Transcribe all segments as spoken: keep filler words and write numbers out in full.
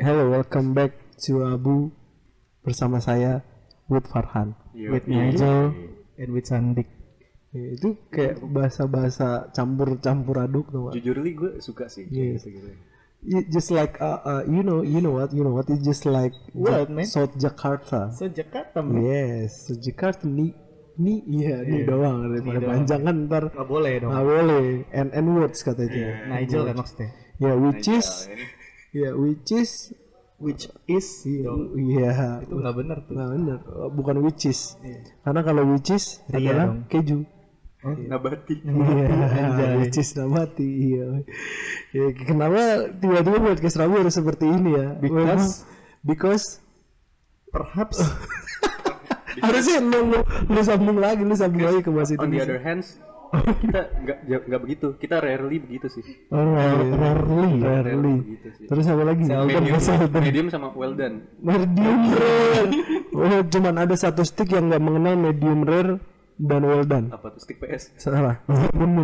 Hello, welcome back to Abu bersama saya with Farhan, Yo, with iya, Nigel, iya. and with Sandik. Ya, itu kayak bahasa-bahasa campur-campur aduk tuh. Jujur li gue suka sih. Yes. Gitu, gitu. You just like uh, uh, you know, you know what, you know what? It's just like What, Ja- man? South Jakarta. So Jakarta man. Yes, South Jakarta nih, nih iya nih doang daripada doang. panjang kan ntar Nggak boleh dong. nggak boleh. And and words katanya. Nigel kan maksudnya. Ya, which is, Nigel, ini. ya which is, Which is iya, dong. iya. Itu nggak benar tuh. Nah bener, bukan which is. Karena kalau which is Ria adalah dong. keju. Nabati. Iya, Anjay. which is nabati. Iya. Ya, kenapa tiba-tiba podcast Rabu harus seperti ini ya? Because- because Perhaps harusnya lu, lu, lu sambung lagi, lu sambung lagi ke bahasa On the Indonesia. other hands, kita nggak nggak begitu. Kita rarely begitu sih. Oh, rarely, rarely, rarely. begitu sih. Terus apa lagi? Medium, Bukan medium sama well done. medium rare. Oh, cuman ada satu stick yang nggak mengenal medium rare dan well done. Apa tuh stick P S? Salah. Mun mun.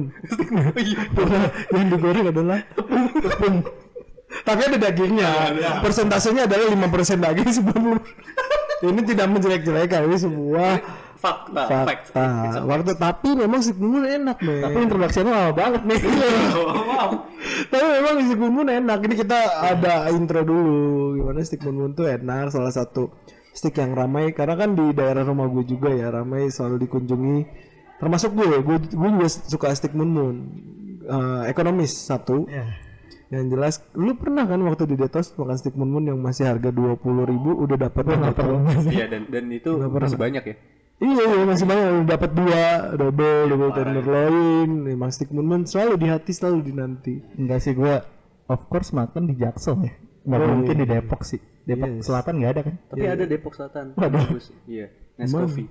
Yang digoreng adalah tepung. Tapi ada dagingnya. Persentasenya adalah lima persen daging sembilan puluh. Ini tidak menjelek-jelekan, ini sebuah Fakta. Fact. fakta. It's a Waktu tapi memang stick mun enak, men. tapi introduksinya lama banget nih. Wow. Tapi memang stick mun enak. Ini kita ada intro dulu. Gimana stick mun tuh enak, salah satu stick yang ramai karena kan di daerah rumah gue juga ya ramai selalu dikunjungi. Termasuk gue, gue, gue juga suka stick mun mun. Uh, ekonomis satu. Ya. Yang jelas, lu pernah kan waktu di Detos makan stick mun mun yang masih harga dua puluh ribu udah dapat double. Iya dan dan itu masih banyak ya. Iya, iya masih banyak udah dapat dua double double tenderloin. Emang stick mun mun selalu di hati, selalu dinanti. Enggak sih gua of course makan di Jaksel ya. Enggak Oh, mungkin iya. di Depok sih. Depok Yes. Selatan enggak ada kan? Tapi ada Depok Selatan. Waduh. Bagus. Iya. Nescoffee.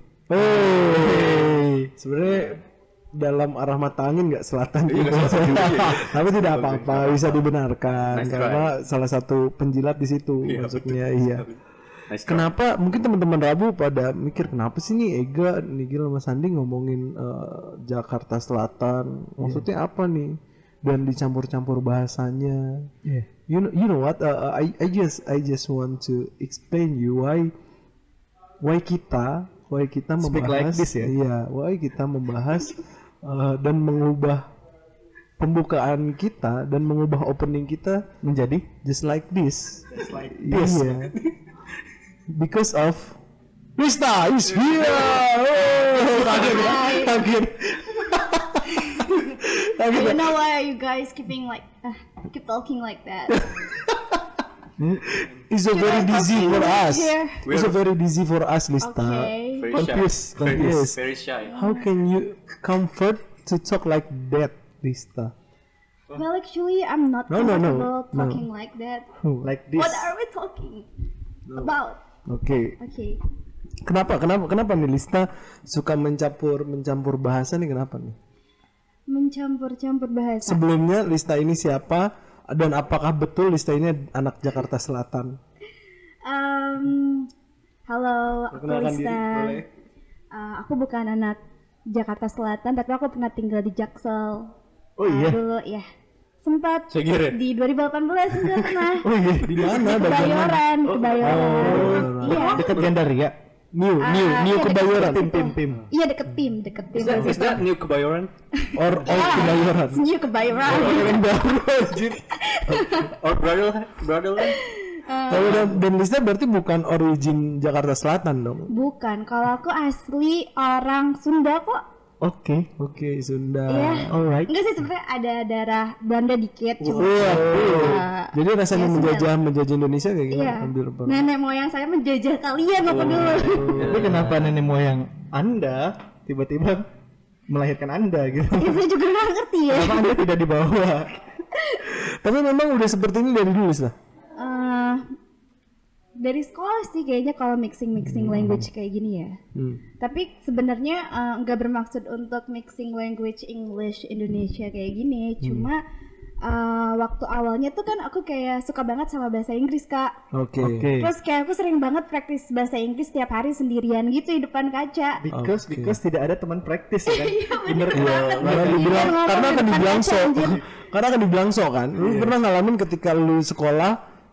Oh, sebenarnya dalam arah mata angin nggak selatan juga, tapi tidak apa-apa bisa dibenarkan Nice karena salah satu penjilat di situ Iya, maksudnya iya. Nice try. Kenapa mungkin teman-teman Rabu pada mikir kenapa sih nih Ega, Nigel sama Sandi ngomongin uh, Jakarta Selatan, maksudnya apa nih? Dan dicampur-campur bahasanya. Iya. You know, you know what? Uh, I I just I just want to explain you why why kita why kita Speak membahas like this ya? Iya, why kita membahas uh, dan mengubah pembukaan kita dan mengubah opening kita Menjadi just like this. just like Iya. Because of Rista is here. Oh, kaget, kaget. I don't know why are you guys keeping like uh, keep talking like that. It's so very dizzy for us. Here. It's so very dizzy for us, Lista. Okay. Very Confused, shy. Very, confused. very shy. How can you comfort to talk like that, Lista? Well, actually, I'm not No, no, no, comfortable no. talking like that. like this. What are we talking about? Oke. Okay. Kenapa? Kenapa? Kenapa nih Lista suka mencampur mencampur bahasa nih? Kenapa nih? Mencampur-campur bahasa. Sebelumnya Lista ini siapa? Dan apakah betul Lista ini anak Jakarta Selatan? Um, halo, aku Perkenalkan diri, Lista. boleh? Uh, aku bukan anak Jakarta Selatan, tapi aku pernah tinggal di Jaksel. Oh Uh, iya. dulu ya. Sempat Saya kira. di dua ribu delapan belas enggak pernah. Oh iya, di mana? Bagian mana? Kebayoran, Kebayoran. Iya. Dekat Gandaria. New, Ah, new, new iya, Kebayoran. deket- Pim pim. Iya deket Pim, deket Pim. Is that, is that New Kebayoran? Or old Kebayoran. New Kebayoran. Yang baru anjir. Or brother? Brother? Kalau dan, dan Lista berarti bukan origin Jakarta Selatan dong. Bukan, kalau aku asli orang Sunda kok. Oke. Oke, Sunda. Iya. Alright. Enggak sih sebenarnya ada darah Belanda dikit cuma. Wah, Uh, jadi rasanya ya, menjajah menjajah Indonesia kayak gimana? Iya. Ambil apa? Nenek moyang saya menjajah kalian apa dulu. Tapi kenapa nenek moyang Anda tiba-tiba melahirkan Anda gitu? Ya saya juga nggak ngerti ya. Kenapa Anda tidak dibawa? Tapi memang udah seperti ini dari dulu lah. Eh, dari sekolah sih kayaknya kalau mixing mixing language kayak gini ya. Hmm. Tapi sebenarnya eh, nggak bermaksud untuk mixing language English Indonesia kayak gini. Cuma eh, waktu awalnya tuh kan aku kayak suka banget sama bahasa Inggris kak. Oke. Oke. Terus kayak aku sering banget praktis bahasa Inggris tiap hari sendirian gitu di depan kaca. Because Oke. because tidak ada teman praktis ya kan? Bener banget. Karena Iya, dibilang ngomong karena di akan depan dibilang kaca, so. anjir. Karena akan dibilang so kan. Lu pernah ngalamin ketika lu sekolah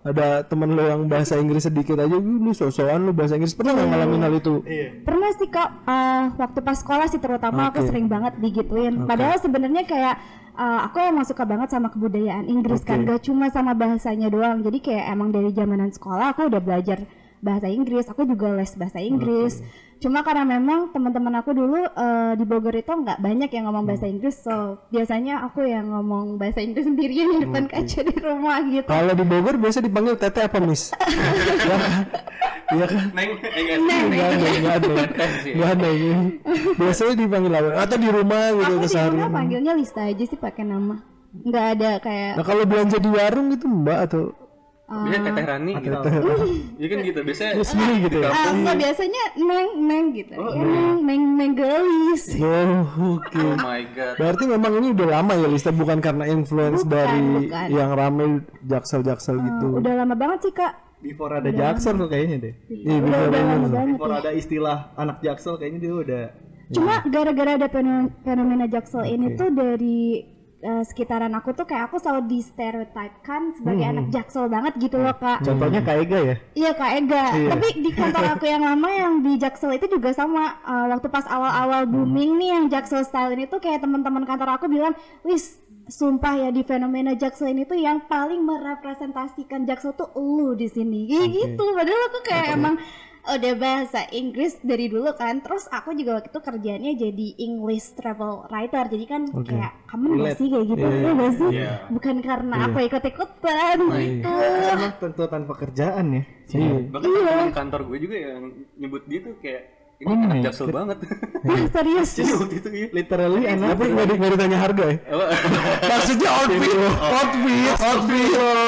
ada temen lo yang bahasa Inggris sedikit aja, lu so-soan lu bahasa Inggris, pernah nggak ngalamin hal itu? Pernah sih kak, uh, waktu pas sekolah sih terutama aku Oke. sering banget digituin. Padahal sebenarnya kayak uh, aku emang suka banget sama kebudayaan Inggris kan, Oke. gak cuma sama bahasanya doang. Jadi kayak emang dari zamanan sekolah aku udah belajar bahasa Inggris, aku juga les bahasa Inggris. Cuma karena memang teman-teman aku dulu uh, di Bogor itu nggak banyak yang ngomong bahasa Inggris, so biasanya aku yang ngomong bahasa Inggris sendirian di depan kaca di rumah gitu. Kalau di Bogor biasa dipanggil Tete apa Miss? Ya kan? Iya kan? Neng, eh, enggak, Neng. Nggak ada, nggak ada, Tete sih. nggak ada ini. Biasanya dipanggil apa? Atau di rumah gitu Aku di keseharian. rumah panggilnya Lista aja sih pakai nama, nggak ada kayak Nah kalau belanja di warung itu Mbak atau Biasanya Teteh Rani gitu. Iya kan gitu, biasanya resmi gitu ya? ah, enggak, biasanya neng neng gitu. Ya, neng neng neng gelis. Oh, oke. Oh my god. Berarti memang ini udah lama ya Lista, bukan karena influence Bukan, dari bukan. yang rame jaksel-jaksel gitu. Udah lama banget sih kak. Before ada Jaksel tuh kayaknya deh. Iya, Udah udah lama banget. Before Ya. ada istilah anak Jaksel kayaknya dia udah. Cuma gara-gara ada fenomena, fenomena jaksel ini tuh dari eh, sekitaran aku tuh kayak aku selalu di stereotype-kan sebagai anak jaksel banget gitu loh kak. Contohnya Kak Ega ya. Iya Kak Ega, tapi di kantor aku yang lama yang di Jaksel itu juga sama. Uh, waktu pas awal-awal booming nih yang Jaksel style ini tuh kayak teman-teman kantor aku bilang, Wis, sumpah ya di fenomena Jaksel ini tuh yang paling merepresentasikan Jaksel tuh lu di sini. Kayak gitu. Padahal aku kayak emang udah bahasa Inggris dari dulu kan. Terus aku juga waktu itu kerjaannya jadi English travel writer. Jadi kan kayak kamu nggak sih kayak gitu, ya nggak sih? Bukan karena aku ikut-ikutan gitu. Emang tuntutan pekerjaan ya. Iya. Bahkan teman kantor gue juga yang nyebut dia tuh kayak ini Oh my anak Jaksel God. banget. Nah, serius. Jadi waktu itu iya. Literally anak. Tapi nggak di- nggak ditanya harga ya? Apa? Maksudnya outfit, outfit, outfit,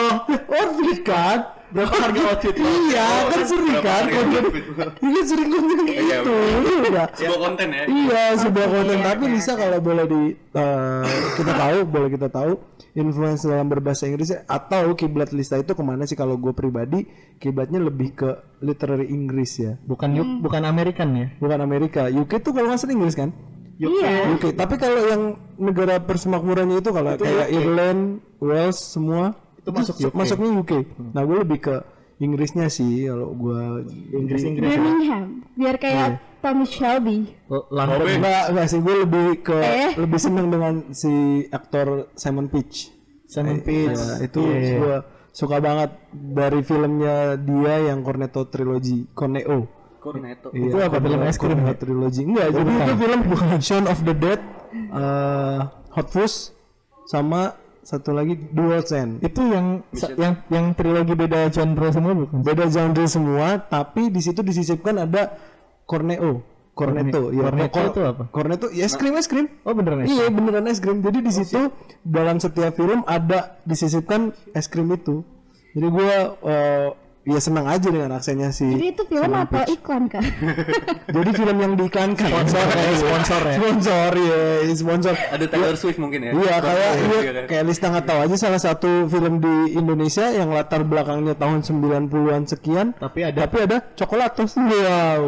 outfit kan? Berapa harga outfit? Iya, kan sering kan? Konten, ini sering konten Iya, gitu. Udah. Sebuah konten ya. Iya, sebuah konten. Tapi Lisa kalau boleh di eh, kita tahu, boleh kita tahu influence dalam berbahasa Inggris atau kiblat Lisa itu kemana sih? Kalau gue pribadi kiblatnya lebih ke literary Inggris ya, Bukan yuk, bukan American ya. bukan Amerika. U K tuh kalau nggak salah Inggris kan? Iya. U K. Tapi kalau yang negara persemakmurannya itu kalau kayak Ireland, Wales semua itu masuk U K. masuknya U K. Nah, gue lebih ke Inggrisnya sih kalau gue Inggris-Inggris. Birmingham, biar kayak Tommy Shelby. London. Enggak, enggak sih, gue lebih ke Eh. lebih seneng dengan si aktor Simon Peach. Simon Peach. Ya, itu Iya, iya. gue suka banget dari filmnya dia yang Cornetto Trilogy, Corneo. Cornetto. Iya, Itu apa, film Cornetto- es krim ya? Cornetto Trilogy. Enggak, jadi itu film Shaun of the Dead, eh, Hot Fuzz, sama satu lagi The World's End. Itu yang yang yang trilogi beda genre semua bukan? Beda genre semua, tapi di situ disisipkan ada Corneo, Cornetto. Ya, Cornetto Cor- itu apa? Cornetto, ya es krim, es krim. Oh beneran ya? Iya beneran es krim. Jadi di situ dalam setiap film ada disisipkan es krim itu. Jadi gue eh, ya senang aja dengan aksennya si. Jadi itu film atau iklan kak? Jadi film yang diiklankan. Sponsor kayak sponsor ya? Sponsor ya, sponsor. Ada Taylor Swift mungkin ya. Iya kayak iya, Iya, kan? kayak Lista nggak tahu aja salah satu film di Indonesia yang latar belakangnya tahun sembilan puluhan sekian. Tapi ada Tapi ada coklatos. Wow.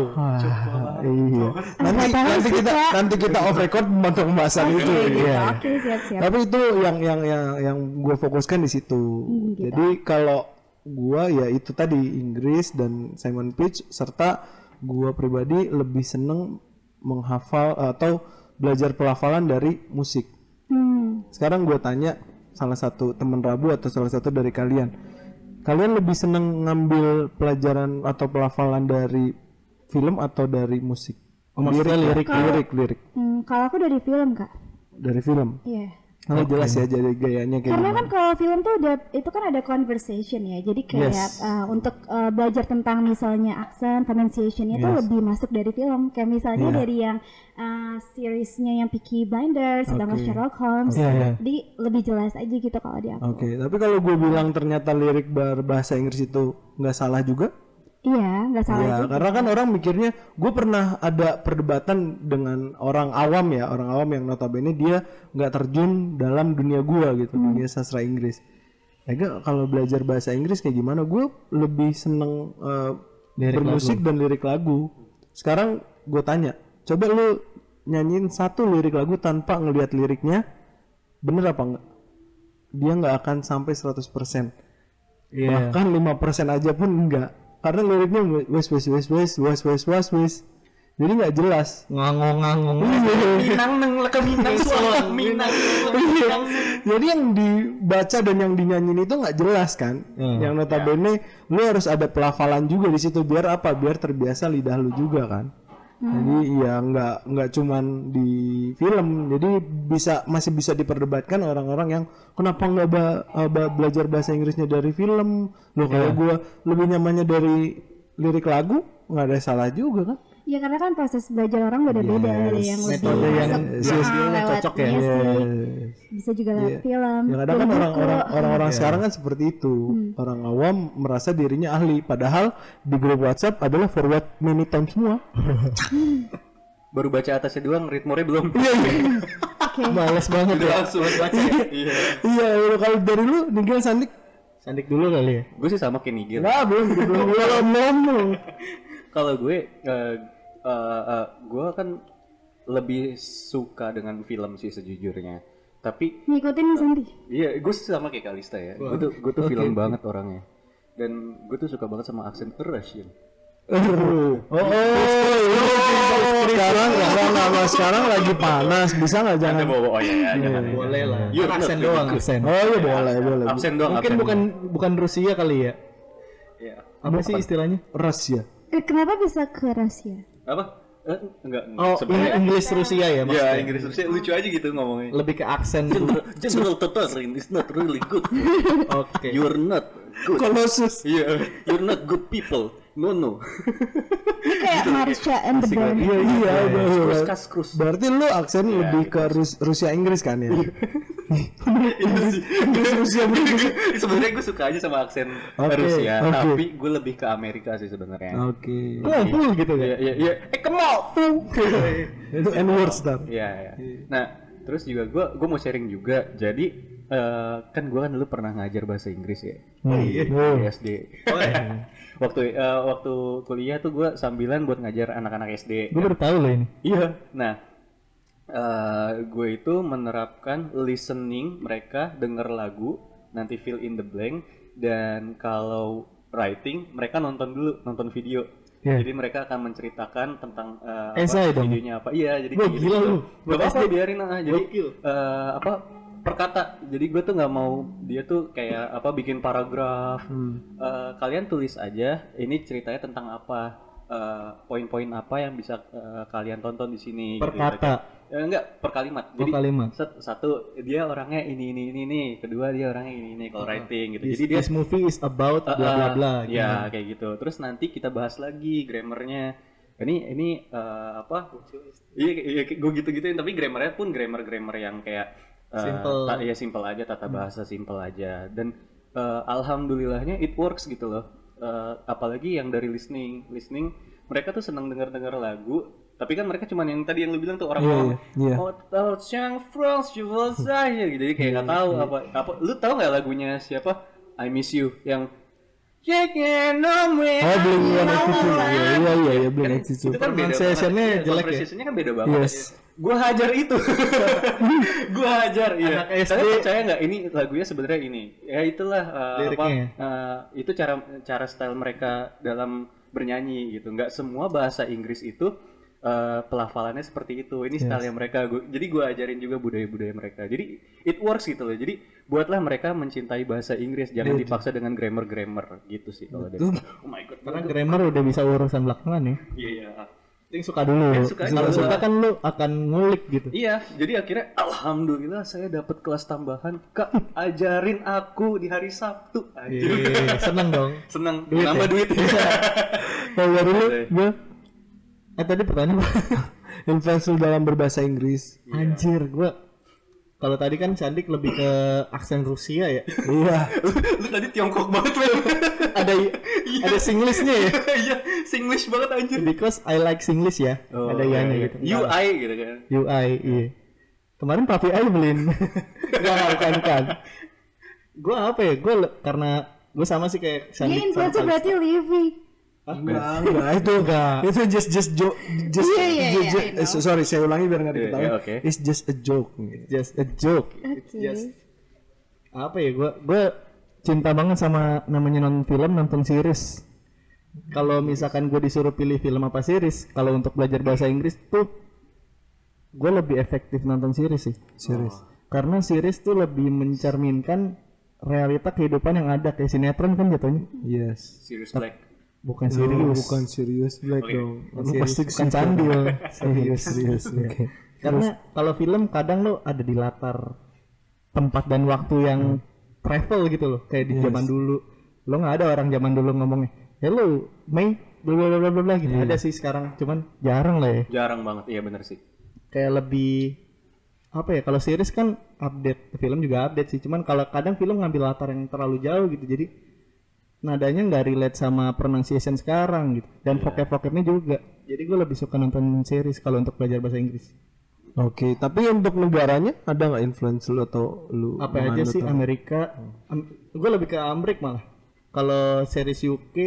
Iya. Nanti Nggak tahu nanti sih, kita Kak. nanti kita off record untuk pembahasan itu. Oke, gitu. Iya. Oke, siap-siap. Tapi itu yang yang yang yang gue fokuskan di situ. gitu. Jadi kalau gua ya itu tadi Inggris dan Simon Peach, serta gua pribadi lebih seneng menghafal atau belajar pelafalan dari musik. Hmm. Sekarang gua tanya salah satu teman Rabu atau salah satu dari kalian, kalian lebih seneng ngambil pelajaran atau pelafalan dari film atau dari musik? Oh, maksudnya lirik, Kalau- lirik, lirik Hmm, kalau aku dari film kak. dari film. Iya. Kalau jelas ya jadi gayanya kayak Karena gimana. kan kalau film tuh udah itu kan ada conversation ya. Jadi kayak Yes. uh, untuk uh, belajar tentang misalnya aksen, pronunciation itu Yes. lebih masuk dari film. Kayak misalnya Iya. dari yang uh, seriesnya yang Peaky Blinders, sedangkan Oke. Sherlock Holmes. Iya, iya. Jadi lebih jelas aja gitu kalau di aku. Oke, tapi kalau gue bilang ternyata lirik berbahasa Inggris itu nggak salah juga, Iya, nggak salah ya juga. karena kan orang mikirnya, gue pernah ada perdebatan dengan orang awam ya, orang awam yang notabene dia nggak terjun dalam dunia gue gitu, dunia sastra Inggris. Ega kalau belajar bahasa Inggris kayak gimana? Gue lebih seneng eh, Lirik bermusik dan lirik lagu. Sekarang gue tanya, coba lu nyanyiin satu lirik lagu tanpa ngelihat liriknya, bener apa enggak? Dia nggak akan sampai seratus persen. Iya. Bahkan lima persen aja pun enggak. Karena liriknya wes wes wes wes wes wes wes wes. Jadi nggak jelas. Ngangong-ngangong. Minang neng leka minang suang minang. Iya. Jadi yang dibaca dan yang dinyanyiin itu nggak jelas kan. Hmm. Yang notabene lu harus ada pelafalan juga di situ biar apa? Biar terbiasa lidah lu juga kan. Jadi ya nggak nggak cuman di film, jadi bisa masih bisa diperdebatkan orang-orang yang kenapa nggak ba- ba- belajar bahasa Inggrisnya dari film. Lo kalau gue lebih nyamannya dari lirik lagu, nggak ada salah juga kan? Ya karena kan proses belajar orang beda-beda, ada yang lebih Metode yang masuk yes, yes, ah, lewat cocok ya. musik, Yes. bisa juga lewat film. Ya kadang kan lewat orang-orang buku. orang-orang sekarang kan seperti itu. Orang awam merasa dirinya ahli, padahal di grup WhatsApp adalah forward many times semua. Baru baca atasnya doang, read more-nya belum. Oke. Males banget Udah ya. langsung baca ya. Iya. Iya, kalau dari lu Nigel Sandik, Sandik dulu kali ya. Gue sih sama kayak Nigel. nggak belum belum belum belum. Kalau gue uh, uh, uh, gue kan lebih suka dengan film sih sejujurnya. Tapi Ngikutin Mas Santi. iya, gue sih sama kayak Kalista ya. Gue tuh gue tuh film banget orangnya. Dan gue tuh suka banget sama aksen Russian. Oh, oh, oh, sekarang nggak nggak nggak sekarang lagi panas, bisa nggak jangan? bawa oh iya, jangan. Boleh lah. You're Kan aksen not doang, really aksen. Oh iya boleh boleh. Absen doang. Mungkin absen bukan doang. bukan Rusia kali ya. Iya. Apa sih istilahnya? Rusia. Eh, kenapa bisa ke Rusia? Apa? Eh, enggak. Oh, sebenarnya. Inggris Rusia ya Ya, maksudnya. Inggris Rusia lucu aja gitu ngomongnya. Lebih ke aksen. General, General Tatarin is not really good. Oke. You're not good. Colossus. Iya, you're not good people. No no. Ini kayak Marsha and the Band. Iya iya udah. Krus kas krus. Berarti lu aksen lebih ke Rus- Rusia Inggris kan ya? Inggris Rusia Inggris. Sebenarnya gue suka aja sama aksen Oke, Rusia, oke. tapi gue lebih ke Amerika sih sebenarnya. Oke. Oh, full gitu Iya ya. iya iya. Eh kemal. Itu N word star. Iya iya. Nah, terus juga gue gue mau sharing juga. Jadi eh, kan gue kan dulu pernah ngajar bahasa Inggris ya. Oh iya. Di S D. waktu eh, waktu kuliah tuh gue sambilan buat ngajar anak-anak S D. Gue baru tahu loh ini. Iya. Nah, eh, gue itu menerapkan listening mereka denger lagu, nanti fill in the blank, dan kalau writing mereka nonton dulu, nonton video. Yeah. Jadi mereka akan menceritakan tentang eh, Esai apa dong. videonya apa. Iya, jadi Wah, kayak gila lu. Gak apa-apa biarin ah. Jadi Gokil. eh, apa perkata. Jadi gue tuh nggak mau dia tuh kayak apa bikin paragraf. Eh, kalian tulis aja. Ini ceritanya tentang apa. eh, poin-poin apa yang bisa eh, kalian tonton di sini. Per gitu, kata. Ya, enggak per kalimat. Per Jadi kalimat. set- satu dia orangnya ini ini ini nih, kedua dia orangnya ini ini kalau writing gitu. This, Jadi dia this movie is about uh, bla bla bla. ya gitu. kayak gitu. Terus nanti kita bahas lagi grammarnya. Ini ini uh, apa? Iya, iya gue gitu-gituin tapi grammarnya pun grammar-grammar yang kayak uh, Simple. ta- ya simple aja, tata bahasa simple aja. Dan uh, alhamdulillahnya it works gitu loh. Uh, apalagi yang dari listening, listening mereka tuh seneng denger-denger lagu. Tapi kan mereka cuma yang tadi yang lu bilang tuh orang-orang Iya, iya. oh tahu Chang France saya gitu jadi kayak nggak tahu apa apa lu tahu nggak lagunya siapa I Miss You yang Chicken on me. Oh Blink one eighty-two. Iya iya iya iya Blink one eighty-two. Itu kan beda Pronunciation-nya banget. Iya, jelek ya? pronunciation-nya kan beda banget. Yes. Gua hajar itu. Gua hajar iya. Anak S D. Kalian percaya nggak ini lagunya sebenarnya ini? Ya itulah uh, apa Liriknya. uh, itu cara cara style mereka dalam bernyanyi gitu. Nggak semua bahasa Inggris itu uh, pelafalannya seperti itu. Ini style mereka. Gua, jadi gua ajarin juga budaya-budaya mereka. Jadi it works gitu loh. Jadi buatlah mereka mencintai bahasa Inggris. Jangan dipaksa dengan grammar-grammar gitu sih kalau dari. Oh my god. Karena grammar udah bisa urusan belakangan ya. Iya iya. Penting suka dulu. Ya, suka Kalau dulu. suka kan lu akan ngulik gitu. Iya, jadi akhirnya alhamdulillah saya dapat kelas tambahan. Kak, ajarin aku di hari Sabtu. Anjir. Iya, seneng dong. Seneng Duit nambah ya? duit. Kalau dari lu, gue Eh tadi pertanyaan apa? influence lu dalam berbahasa Inggris. Anjir, gua kalau tadi kan Sandik lebih ke aksen Rusia ya. Iya. Lu tadi Tiongkok banget, men. ada ada Singlishnya ya. Iya, Singlish banget anjir. Because I like Singlish ya. ada ianya gitu. U I gitu kan. U I, iya. Kemarin Papi I beliin. Enggak, bukan, bukan. Gue apa ya? Gue karena gue sama sih kayak Dia Sandik. influencer berarti Livi. Enggak, enggak itu Enggak. itu just just joke just, Iya, iya, ju- iya, ju- I know. eh, so- sorry saya ulangi biar nggak Iya, diketahui. iya, oke. It's just a joke. Just a joke. Oke. Just apa ya? Gue gue cinta banget sama namanya nonton film, nonton series. Kalau misalkan gue disuruh pilih film apa series, kalau untuk belajar bahasa Inggris tuh gue lebih efektif nonton series sih. Series. Oh. Karena series tuh lebih mencerminkan realita kehidupan yang ada, kayak sinetron kan jatuhnya. Yes. Sirius Black. Bukan Oh, serius. bukan serius Black Oke. dong. Lu Serius, pasti bukan kesitu. candil. Serius, serius. Oke. Karena kalau film kadang lo ada di latar tempat dan waktu yang travel gitu loh, kayak di Yes. zaman dulu. Lo nggak ada orang zaman dulu ngomongnya, hello Mei, bla bla bla bla bla gitu. Iya. Ada sih sekarang, cuman jarang lah ya. Jarang banget, iya bener sih. Kayak lebih apa ya? Kalau series kan update, film juga update sih. Cuman kalau kadang film ngambil latar yang terlalu jauh gitu, jadi nadanya nggak relate sama pronunciation sekarang gitu. Dan vocab-vocabnya juga. Jadi gue lebih suka nonton series kalau untuk belajar bahasa Inggris. Oke, tapi untuk negaranya ada nggak influence lu atau lu? Apa aja menganut sih apa? Amerika? Am- gue lebih ke Amrik malah. Kalau series U K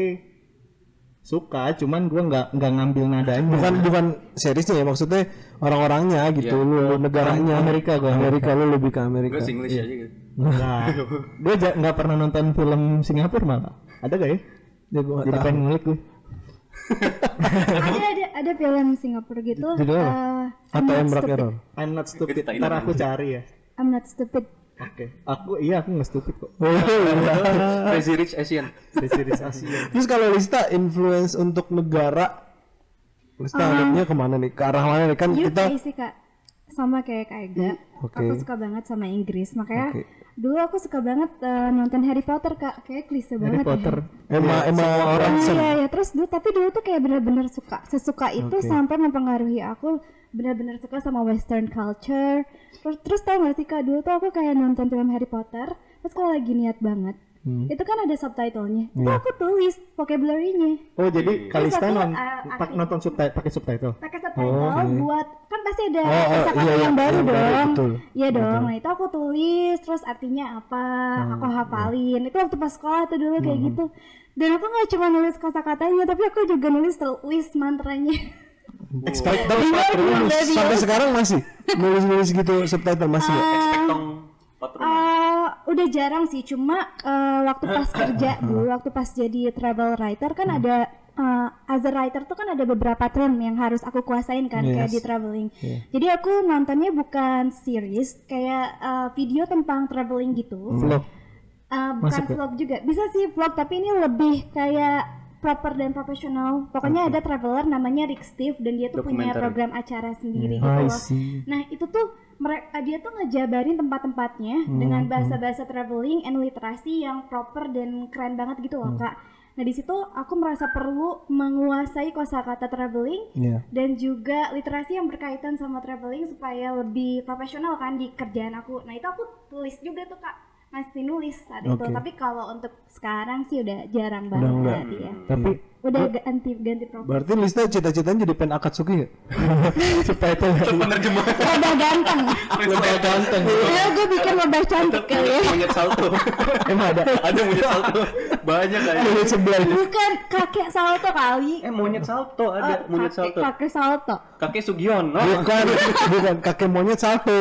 suka, cuman gue nggak nggak ngambil nadanya. Bukan bukan seriesnya ya, maksudnya orang-orangnya gitu, Iya. lu, lu negaranya. Amerika gua. Amerika lu lebih ke Amerika. Gue English aja gitu. Nah, gue ja- nggak pernah nonton film Singapura malah. Ada gak ya? Ya, gua nggak Jadi tahu. pengen ngulik gue. ada ada ada film Singapura gitu. Judul apa? eh, I'm Atau Not Emrak Stupid. Error. I'm not stupid. Kita Ntar ini aku cari ya. I'm not stupid. Oke. Aku iya aku nggak stupid kok. Oh, iya. Crazy Rich Asian. Di series Asia. Terus kalau Lista influence untuk negara, Lista adanya kemana nih? Ke arah mana nih? Kan U K kita sih kak, sama kayak Kak Ega. Oke. Aku suka banget sama Inggris, makanya Oke. dulu aku suka banget eh, nonton Harry Potter kak. Kayak klise Harry banget. Potter. emang emang orang Iya, iya, iya. Terus dulu, tapi dulu tuh kayak bener-bener suka, sesuka itu Oke. sampai mempengaruhi aku bener-bener suka sama Western culture. Terus, terus tau gak sih kak, dulu tuh aku kayak nonton film Harry Potter, terus kalau lagi niat banget, itu kan ada subtitlenya. Itu Iya. aku tulis vocabulary-nya. Oh jadi Kalista Terus aku, non uh, pak arti- nonton subtitle pakai subtitle. Pakai subtitle Oh, oke. buat kan pasti ada Oh, oh, kosakata iya, iya, yang baru yang baru, dong. betul. Iya dong. Nah, itu aku tulis terus artinya apa, Hmm, aku hafalin. Itu waktu pas sekolah tuh dulu iya. kayak gitu. Dan aku nggak cuma nulis kosakatanya, tapi aku juga nulis tulis mantranya. expect tapi nulis sampai sekarang masih nulis-nulis gitu subtitle masih nggak? Expectong Patron. Eh, udah jarang sih, cuma eh, waktu pas kerja dulu, waktu pas jadi travel writer kan ada eh, as a writer tuh kan ada beberapa term yang harus aku kuasain kan kayak Yes. di traveling. Jadi aku nontonnya bukan series, kayak eh, video tentang traveling gitu. Vlog. Eh, bukan vlog juga, bisa sih vlog tapi ini lebih kayak proper dan profesional. Pokoknya ada traveler namanya Rick Steve dan dia tuh punya Documentary. program acara sendiri I gitu loh. see. Nah itu tuh mereka dia tuh ngejabarin tempat-tempatnya dengan bahasa-bahasa traveling and literasi yang proper dan keren banget gitu loh kak. Nah di situ aku merasa perlu menguasai kosakata traveling Iya. dan juga literasi yang berkaitan sama traveling supaya lebih profesional kan di kerjaan aku. Nah itu aku tulis juga tuh kak, masih nulis saat itu. Oke. Tapi kalau untuk sekarang sih udah jarang Udah banget enggak. ya. Tapi Udah ganti ganti profesi. berarti Lista cita-citanya jadi pen Akatsuki nggak? Subtitle. Penerjemah. Lebih ganteng. Lebih ganteng. Ya gue bikin lebih cantik kali ya. Monyet salto. Emang ada. Ada monyet salto. Banyak kayaknya. Monyet sebelah ini. Bukan kakek salto kali. Eh monyet salto ada, Oh, monyet kakek- salto. Kakek salto. Kakek Sugiono. Bukan, bukan kakek monyet salto.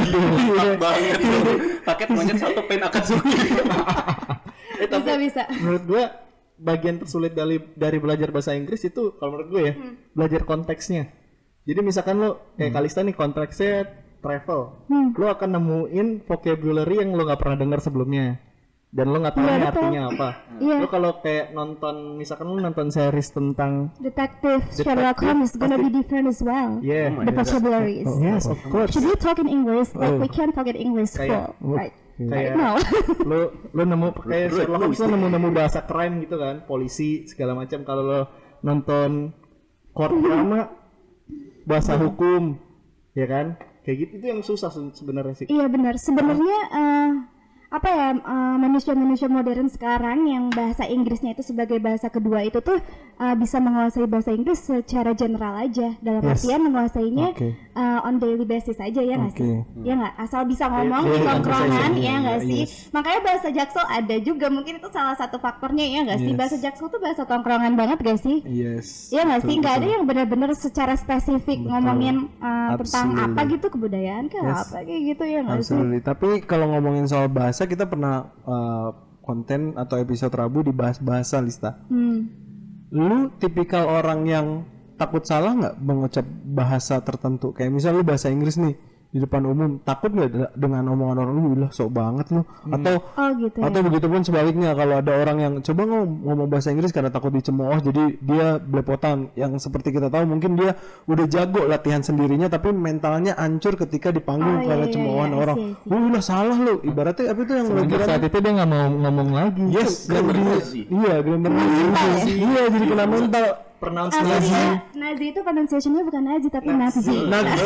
Enak banget. Paket monyet salto pen Akatsuki. Eh tapi Bisa bisa. Menurut gue bagian tersulit dari dari belajar bahasa Inggris itu kalau menurut gue ya belajar konteksnya. Jadi misalkan lo kayak Kalista nih konteksnya travel, Hmm. lo akan nemuin vocabulary yang lo nggak pernah dengar sebelumnya dan lo nggak tahu Iya, ini betul. artinya apa. Iya. Lo kalau kayak nonton misalkan lo nonton series tentang Detective Sherlock Holmes is gonna be different as well. yeah, The vocabularies. yes of course. Should we talk in English? Like we can't talk in English Kayak- full, right? kayak No. lo lo nemu kayak Sherlock Holmes lo nemu nemu bahasa crime gitu kan, polisi segala macam. Kalau lo nonton court drama bahasa hukum ya kan, kayak gitu itu yang susah se- sebenarnya sih. Iya benar. Sebenarnya eh, apa ya eh, manusia-manusia modern sekarang yang bahasa Inggrisnya itu sebagai bahasa kedua itu tuh eh, bisa menguasai bahasa Inggris secara general aja. Dalam Yes. artian menguasainya Oke. eh, on daily basis aja ya nggak sih? Oke. Ya nggak. Asal bisa ngomong iya, di iya, tongkrongan bisa, ya iya, nggak iya, sih? yes. Makanya bahasa Jaksel ada juga. Mungkin itu salah satu faktornya ya nggak sih? Yes. Bahasa Jaksel tuh bahasa tongkrongan banget gak sih? Yes. Iya nggak sih, betul, nggak ada betul. yang benar-benar secara spesifik ngomongin uh, tentang Absolutely. apa gitu, kebudayaan kah Yes. apa kayak gitu ya nggak sih? Absolutely. Tapi kalau ngomongin soal bahasa kita pernah uh, konten atau episode Rabu dibahas bahasa Lista. Hmm. Lu tipikal orang yang takut salah nggak mengucap bahasa tertentu? Kayak misalnya lu bahasa Inggris nih di depan umum, takut nggak dengan omongan orang lu, lah sok banget lu, hmm. atau Oh gitu ya. atau begitupun sebaliknya kalau ada orang yang coba ngom- ngomong bahasa Inggris karena takut dicemooh jadi dia belepotan, yang seperti kita tahu mungkin dia udah jago latihan sendirinya tapi mentalnya hancur ketika di panggung Oh, karena iya, cemoohan iya, orang. I see, I see. Wah udah salah lu, ibaratnya apa itu yang lagi Semenjak saat itu dia nggak mau ngomong lagi. yes, Grammar jadi- Nazi. iya grammar Nazi. Iya jadi kena mental. Pronounce Ah, Nazi. sorry, Nazi itu pronunciation-nya bukan Nazi tapi Nazi. Nazi.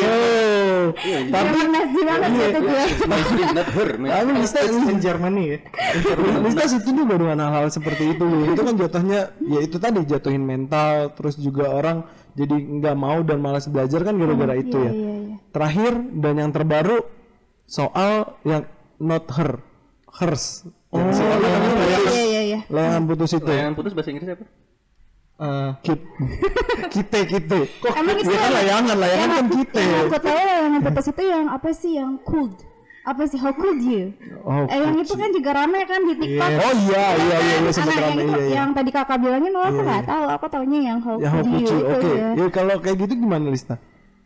Oh. Tapi Tapi Nazi banget gitu gue. Not her, man. tapi Lista in Germany ya. Lista setuju juga dengan hal-hal seperti itu. Itu kan jatuhnya ya itu tadi jatuhin mental, terus juga orang jadi nggak mau dan malas belajar kan gara-gara itu Iya, ya. iya, iya. Terakhir dan yang terbaru soal yang not her, hers. Yang soal Iya, layangan, iya, iya, iya. layangan putus itu. Layangan putus bahasa Inggris apa? Eh, Kit. Kite kite. Kok Emang kit? itu Ya kan yang- layangan, layangan kan kite. Yang aku tahu yang putus itu yang apa sih yang could? Apa sih how could you? Oh, eh yang itu kan juga ramai kan di TikTok. Oh iya iya iya iya Anak sempat yang rame itu iya iya. yang tadi kakak bilangin, oh aku nggak tahu, aku taunya yang how Ya how could you could you? itu Oke. ya. Ya kalau kayak gitu gimana Lista?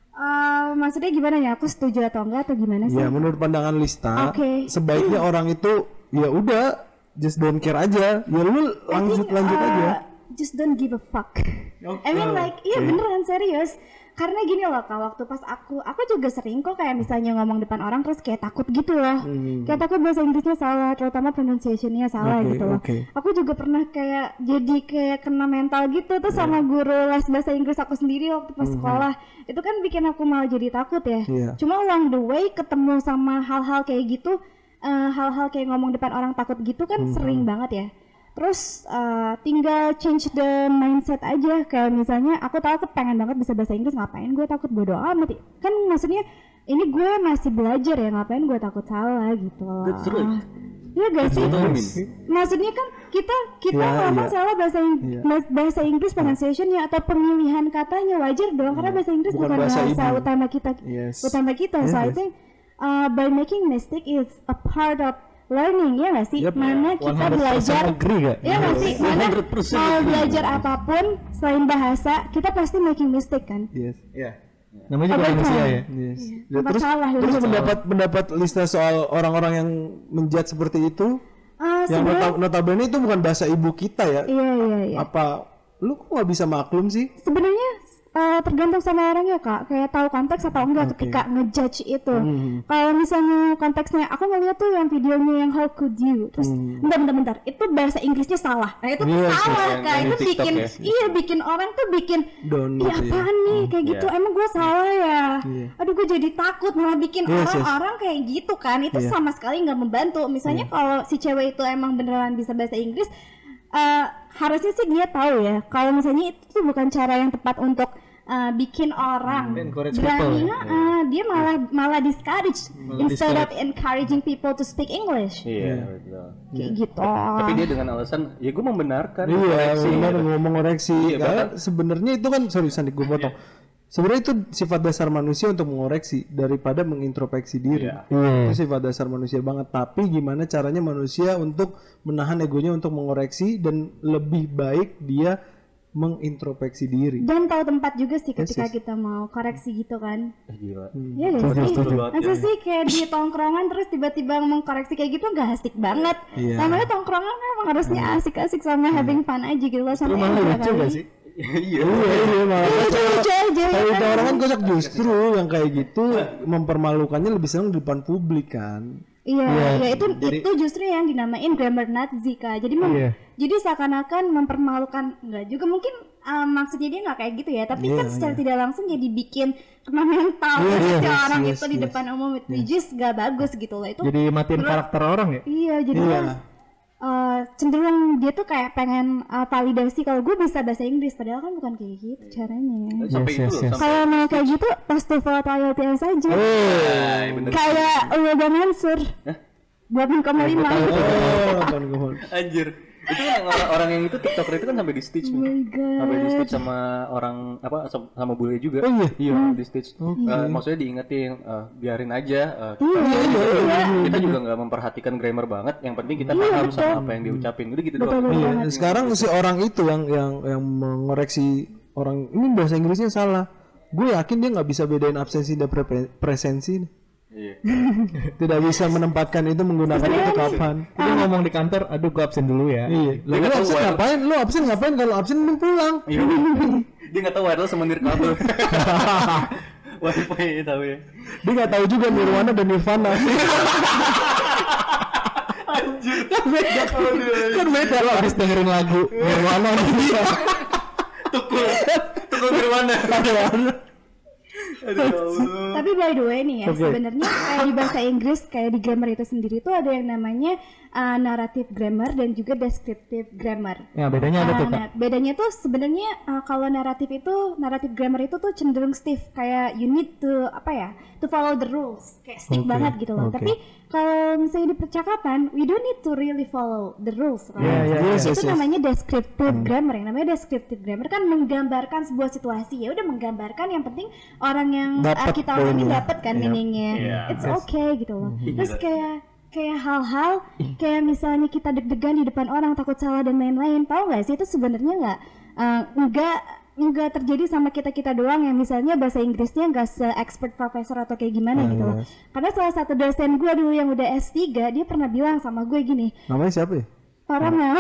Eh, maksudnya gimana ya? Aku setuju atau enggak atau gimana sih? Ya menurut pandangan Lista, Oke. sebaiknya orang itu ya udah just don't care aja. Ya lu lanjut think, lanjut uh, aja. Just don't give a fuck. I mean like, iya beneran serius. Karena gini loh kak, waktu pas aku, aku juga sering kok kayak misalnya ngomong depan orang terus kayak takut gitu loh. Hmm. Kayak takut bahasa Inggrisnya salah, terutama pronunciation-nya salah Oke, gitu loh. oke. Aku juga pernah kayak jadi kayak kena mental gitu tuh sama guru les bahasa Inggris aku sendiri waktu pas sekolah. Itu kan bikin aku malah jadi takut ya. Iya. Cuma along the way ketemu sama hal-hal kayak gitu, eh, hal-hal kayak ngomong depan orang takut gitu kan sering banget ya. Terus uh, tinggal change the mindset aja, kayak misalnya aku tahu aku pengen banget bisa bahasa Inggris, ngapain gue takut, bodo amat kan, maksudnya ini gue masih belajar ya, ngapain gue takut salah gitu loh. That's right. Iya gak sih? what I mean. Maksudnya kan kita kita Ya, ngomong ya. salah bahasa Ing- Iya. bahasa- bahasa Inggris pronunciation-nya atau pemilihan katanya wajar dong, karena bahasa Inggris Bukan bukan, bahasa bahasa, ibu. utama kita. Yes. Utama kita. So I Yes. think uh, by making mistake is a part of learning, ya nggak sih? Yep. Mana kita belajar, agree gak? ya nggak sih? Mana seratus persen mau agree. belajar apapun selain bahasa, kita pasti making mistake kan? Yes. Iya. Namanya juga Apa manusia itu? ya. Yes. Iya. Ya, Apa terus salah terus lu? pendapat pendapat Lista soal orang-orang yang menjudge seperti itu, Ah, yang sebenarnya, nota- notabene itu bukan bahasa ibu kita ya. iya iya iya. Apa lu kok nggak bisa maklum sih? Sebenarnya uh, tergantung sama orangnya kak, kayak tahu konteks atau enggak ketika ngejudge itu. Hmm. Kalau misalnya konteksnya, aku ngeliat tuh yang videonya yang how could you, terus bentar bentar bentar, itu bahasa Inggrisnya salah. Nah itu tuh Yes, salah yang- kak, yang itu di TikTok bikin, ya. iya bikin orang tuh bikin, Down iya gitu ya. apaan nih kayak gitu, Iya. emang gue salah ya. Iya. Aduh gue jadi takut, malah bikin Yes, yes. orang-orang kayak gitu kan, itu Iya. sama sekali nggak membantu. Misalnya kalau si cewek itu emang beneran bisa bahasa Inggris, eh, harusnya sih dia tahu ya, kalau misalnya itu tuh bukan cara yang tepat untuk uh, bikin orang Encourage berani, people. uh, dia malah malah discourage Malah instead discourage. of encouraging people to speak English, Iya, betul. kayak gitu. Tapi dia dengan alasan, ya gue membenarkan. Iya, koreksi, benar gitu. ngomong koreksi. Iya, Karena bahkan- sebenarnya itu kan sorry Sandi gue potong. Sebenarnya itu sifat dasar manusia untuk mengoreksi daripada mengintrospeksi diri. Iya. Itu sifat dasar manusia banget. Tapi gimana caranya manusia untuk menahan egonya untuk mengoreksi dan lebih baik dia mengintrospeksi diri. Dan tahu tempat juga sih ketika yes. kita mau koreksi gitu kan. Eh, Gila. Iya gak sih? Betul banget, Masa ya. sih kayak di tongkrongan terus tiba-tiba mengkoreksi kayak gitu nggak asik banget. Iya. Namanya tongkrongan kan emang harusnya asik-asik sama having fun aja gitu loh. Sama Malah enjoy lucu kali. gak sih? Iya. Iya, iya malah. Lucu aja ya Kalau kan? itu orang kan kocak justru yang kayak gitu mempermalukannya lebih senang di depan publik kan. Iya, Iya, iya itu jadi- itu justru yang dinamain grammar Nazi kak. Jadi mem- Iya. jadi seakan-akan mempermalukan, enggak juga mungkin um, maksudnya dia nggak kayak gitu ya. Tapi kan Iya, secara tidak langsung jadi bikin kena mental Iya, si yes, orang yes, itu di yes. depan umum, which is gak bagus gitu loh. Itu Jadi matiin karakter orang ya? iya jadi Iya. kan, uh, cenderung dia tuh kayak pengen uh, validasi kalau gue bisa bahasa Inggris, padahal kan bukan kayak gitu caranya. Sampai Yes, itu yes, loh, yes. sampai Kalau mau kayak gitu, festival I E L T S aja. Ay, bener. Kayak udah Mansur. dua puluh koma lima. Oh, kan gue. Anjir. Itu kan orang, orang yang itu TikToker itu kan sampai di stitch Oh nih. my god. Sampai di stitch sama orang apa sam- sama bule juga. Oh iya? Iya, di stitch. Eh, maksudnya diingetin eh, biarin aja eh, kita, Iya, iya, iya. kita juga nggak memperhatikan grammar banget, yang penting kita paham sama apa yang diucapin. Udah gitu Betul, doang. betul Iya, banget. sekarang si orang itu yang yang yang mengoreksi orang ini bahasa Inggrisnya salah. Gue yakin dia nggak bisa bedain absensi dan pre- presensi. Iya. Tidak bisa menempatkan itu menggunakan itu kapan. Kita ngomong di kantor, aduh gua absen dulu ya. Iya. Lu nggak tahu absen why- ngapain? Lu absen ngapain? Kalau absen mending pulang. Iya. Dia nggak tahu wireless sama nirkabel. Wifi tahu ya. Dia nggak tahu juga Nirwana dan Nirvana. Anjir. Kan beda. Kan beda. Lo habis dengerin lagu Nirwana nih. Tukul. Tukul nirwana. Aduh. Tapi by the way nih ya, Oke. sebenarnya kayak di bahasa Inggris kayak di grammar itu sendiri tuh ada yang namanya uh, narrative grammar dan juga descriptive grammar. Ya bedanya ada Ah, tuh Kak. nah, bedanya tuh sebenarnya uh, kalau naratif itu naratif grammar itu tuh cenderung stiff, kayak you need to apa ya, to follow the rules, kayak stick Oke, banget gitu loh. oke. Tapi kalau misalnya di percakapan, we don't need to really follow the rules, right? Iya, iya, Yes, itu yes, yes. namanya descriptive grammar. Yang namanya descriptive grammar kan menggambarkan sebuah situasi, ya udah menggambarkan, yang penting orang yang uh, Dapat kita omongin poinnya. dapat kan meaningnya. Iya. It's okay gitu loh. Terus kayak kayak hal-hal kayak misalnya kita deg-degan di depan orang, takut salah dan lain-lain, tahu nggak sih itu sebenarnya nggak uh, nggak nggak terjadi sama kita kita doang yang misalnya bahasa Inggrisnya nggak se-expert profesor atau kayak gimana gitu loh. Karena salah satu dosen gue dulu yang udah S tiga, dia pernah bilang sama gue gini, Namanya siapa ya? Paramel.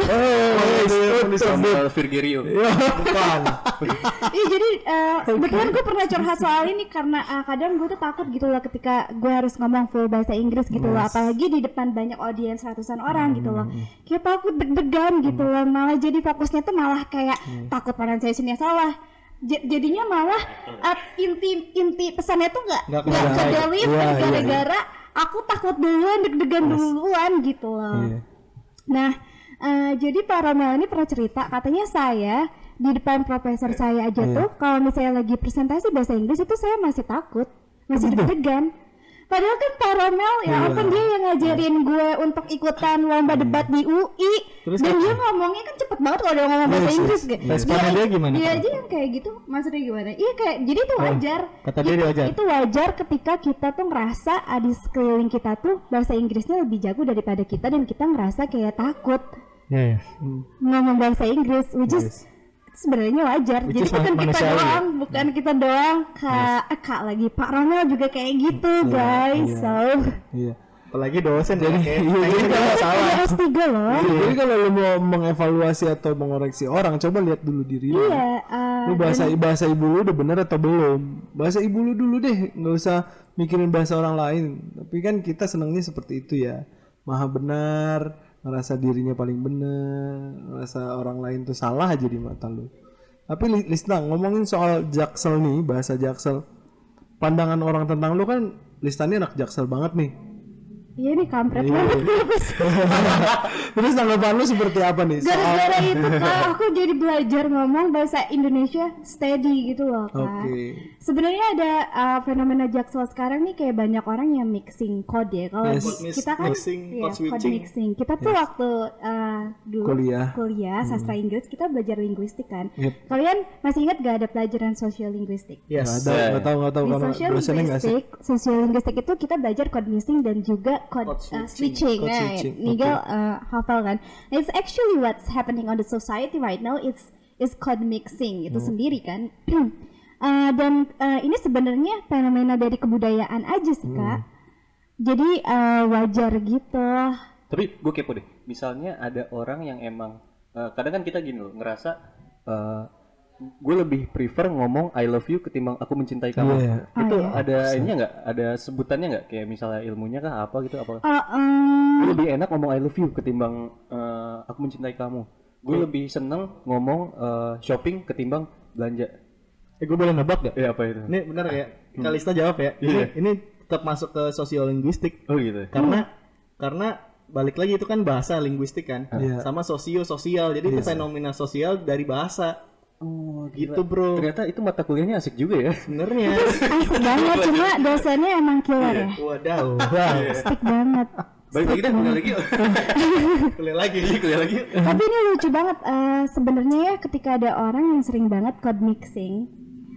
Samuel Virgerio. Bukan. Iya jadi uh, kebetulan gue pernah curhat soal ini karena uh, kadang gue tuh takut gitu loh ketika gue harus ngomong full bahasa Inggris gitu loh, apalagi di depan banyak audiens ratusan orang gitu loh. Kayak takut deg-degan gitu loh, malah jadi fokusnya tuh malah kayak takut pronunciation-nya salah. J- jadinya malah uh, inti inti pesannya tuh nggak Nggak nggak kebaca. ke deliver Iya, iya, gara-gara aku takut duluan, deg-degan duluan gitu loh. Iya. Nah, eh, jadi Pak Romel ini pernah cerita, katanya saya di depan profesor saya aja Iya. tuh, kalau misalnya lagi presentasi bahasa Inggris itu saya masih takut, masih deg-degan. Padahal kan Pak Romel ya Iya. ampun, dia yang ngajarin gue untuk ikutan lomba debat di U I. Terus Dan apa? dia ngomongnya kan cepet banget kalau dia ngomong bahasa Yes, Inggris yes. gitu. Responnya dia gimana? Iya aja yang kayak gitu, maksudnya gimana? Iya kayak, jadi itu wajar. kata dia itu, wajar. itu wajar ketika kita tuh ngerasa ah, di sekeliling kita tuh bahasa Inggrisnya lebih jago daripada kita, dan kita ngerasa kayak takut Iya, iya. ngomong bahasa Inggris, which is sebenarnya wajar. Which Jadi is bukan kita manusiawi, doang, bukan kita doang, kak, eh, kak lagi Pak Romel juga kayak gitu, guys. So, Iya. Apalagi dosen jadi kayak Iya, jadi kayak kalau salah. udah S tiga loh. Jadi kalau lu mau mengevaluasi atau mengoreksi orang, coba lihat dulu diri lu. Iya, eh, Lu bahasa bahasa ibu lu udah bener atau belum? Bahasa ibu lu dulu deh, nggak usah mikirin bahasa orang lain. Tapi kan kita senangnya seperti itu ya, maha benar, ngerasa dirinya paling benar, ngerasa orang lain tuh salah aja di mata lu. Tapi Li- Lisna, ngomongin soal Jaksel nih, bahasa Jaksel, pandangan orang tentang lu kan, Lisna ini anak Jaksel banget nih. iya nih kampret Iya. banget. Terus tanggapan lu seperti apa nih soal? Gara-gara itu kak, aku jadi belajar ngomong bahasa Indonesia steady gitu loh kak. Oke. Sebenarnya ada uh, fenomena Jaksel sekarang nih, kayak banyak orang yang mixing code ya. Kalau Yes. di- kita kan Mixing, iya, code code switching. mixing. Kita tuh waktu uh, dulu Kuliah. kuliah sastra Inggris, kita belajar linguistik kan. Yep. Kalian masih ingat gak ada pelajaran sosiolinguistik? Nggak Yes. ada, nggak tahu nggak tahu Di karena dosennya nggak sih. sosiolinguistik, sosiolinguistik itu kita belajar code mixing dan juga code, Code uh, switching. switching. Code Nah, switching, Nigel uh, hafal kan? It's actually what's happening on the society right now. It's is code mixing itu Hmm. sendiri kan. Uh, dan uh, ini sebenarnya fenomena dari kebudayaan aja sih kak. Hmm. Jadi uh, wajar gitu. Tapi gue kepo deh. Misalnya ada orang yang emang eh, kadang kan kita gini loh, ngerasa eh, gue lebih prefer ngomong I love you ketimbang aku mencintai kamu. Iya. Itu Oh, iya. ada ininya nggak? Ada sebutannya nggak? Kayak misalnya ilmunya kah apa gitu apa? Uh, um, Gue lebih enak ngomong I love you ketimbang eh, aku mencintai kamu. Gue lebih seneng ngomong eh, shopping ketimbang belanja. Eh gue boleh nebak gak? Iya apa itu? Ini benar ya? Kalista jawab ya. Ini Iya. ini tetap masuk ke sosiolinguistik. Oh gitu. Karena karena balik lagi itu kan bahasa linguistik kan. Iya. Sama sosio sosial. Jadi itu fenomena sosial dari bahasa. Oh Gitu, Bro. Ternyata itu mata kuliahnya asik juga ya. Sebenarnya. asik banget, cuma dosennya emang killer ya. Wadaw. Asik banget. Balik lagi dah, kuliah lagi yuk. Kuliah lagi. Kuliah lagi yuk. Tapi ini lucu banget. eh, Sebenarnya ya ketika ada orang yang sering banget code mixing,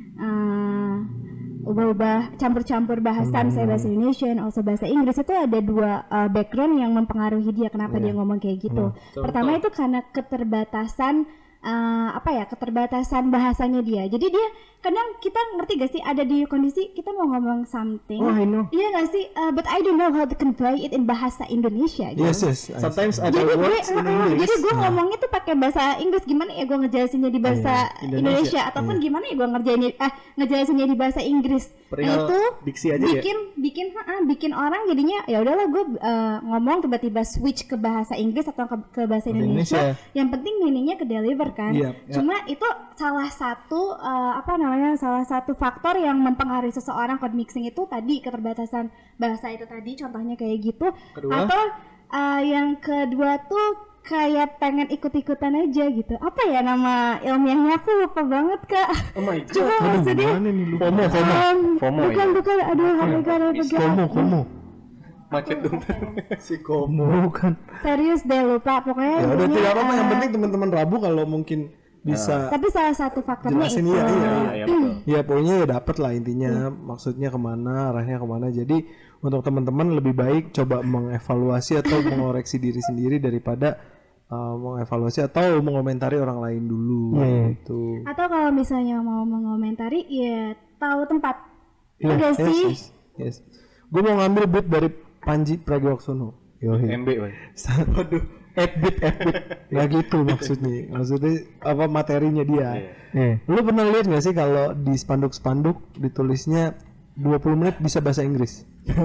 eh, ubah-ubah campur-campur bahasa, misalnya bahasa Indonesia, also bahasa Inggris, itu ada dua eh, background yang mempengaruhi dia kenapa dia ngomong kayak gitu. Pertama itu karena keterbatasan eh, apa ya keterbatasan bahasanya dia. Jadi dia kadang kita ngerti gak sih ada di kondisi kita mau ngomong something, Oh, I know. iya gak sih? Uh, but I don't know how to convey it in bahasa Indonesia. Gitu. Yes, yes. Sometimes ada Jadi gue, words in uh, English. jadi gue ngomongnya tuh pakai bahasa Inggris, gimana ya gue ngejelasinnya di bahasa Indonesia. Indonesia, ataupun gimana ya gue ngerjainnya, eh ngejelasinnya di bahasa Inggris. Perihal Nah itu diksi aja ya? bikin, bikin, uh, bikin orang jadinya ya udahlah gue uh, ngomong tiba-tiba switch ke bahasa Inggris atau ke, ke bahasa Indonesia. Indonesia. Yang penting meaningnya ke deliver kan. Iya. Cuma itu salah satu uh, apa namanya salah satu faktor yang mempengaruhi seseorang code mixing itu tadi keterbatasan bahasa itu tadi, contohnya kayak gitu. Kedua? Atau uh, yang kedua tuh kayak pengen ikut-ikutan aja gitu. Apa ya nama ilmiahnya, aku lupa banget kak. Oh my god. Coba maksudnya Gimana nih lu? FOMO, FOMO. um, FOMO, bukan ya? bukan aduh oh my god, oh my god. Komo, komo. Macet dong. Si Komo. Bukan. Serius deh lupa pokoknya. Ya udah intinya, tidak apa-apa, yang uh, penting teman-teman Rabu kalau mungkin bisa tapi salah satu faktornya jelasin itu. iya, iya, Iya, iya betul. ya pokoknya ya dapat lah intinya maksudnya kemana, arahnya kemana. Jadi untuk teman-teman lebih baik coba mengevaluasi atau mengoreksi diri sendiri daripada uh, mengevaluasi atau mengomentari orang lain dulu gitu. Atau kalau misalnya mau mengomentari ya tahu tempat. Iya, Enggak yes, sih? yes, yes. Gue mau ngambil beat dari Panji Pragiwaksono. Yohi. M B, woy. Waduh. F-beat, F-beat. Nggak gitu maksudnya. Maksudnya apa materinya dia. Eh. Lu pernah lihat nggak sih kalau di spanduk-spanduk ditulisnya dua puluh menit bisa bahasa Inggris?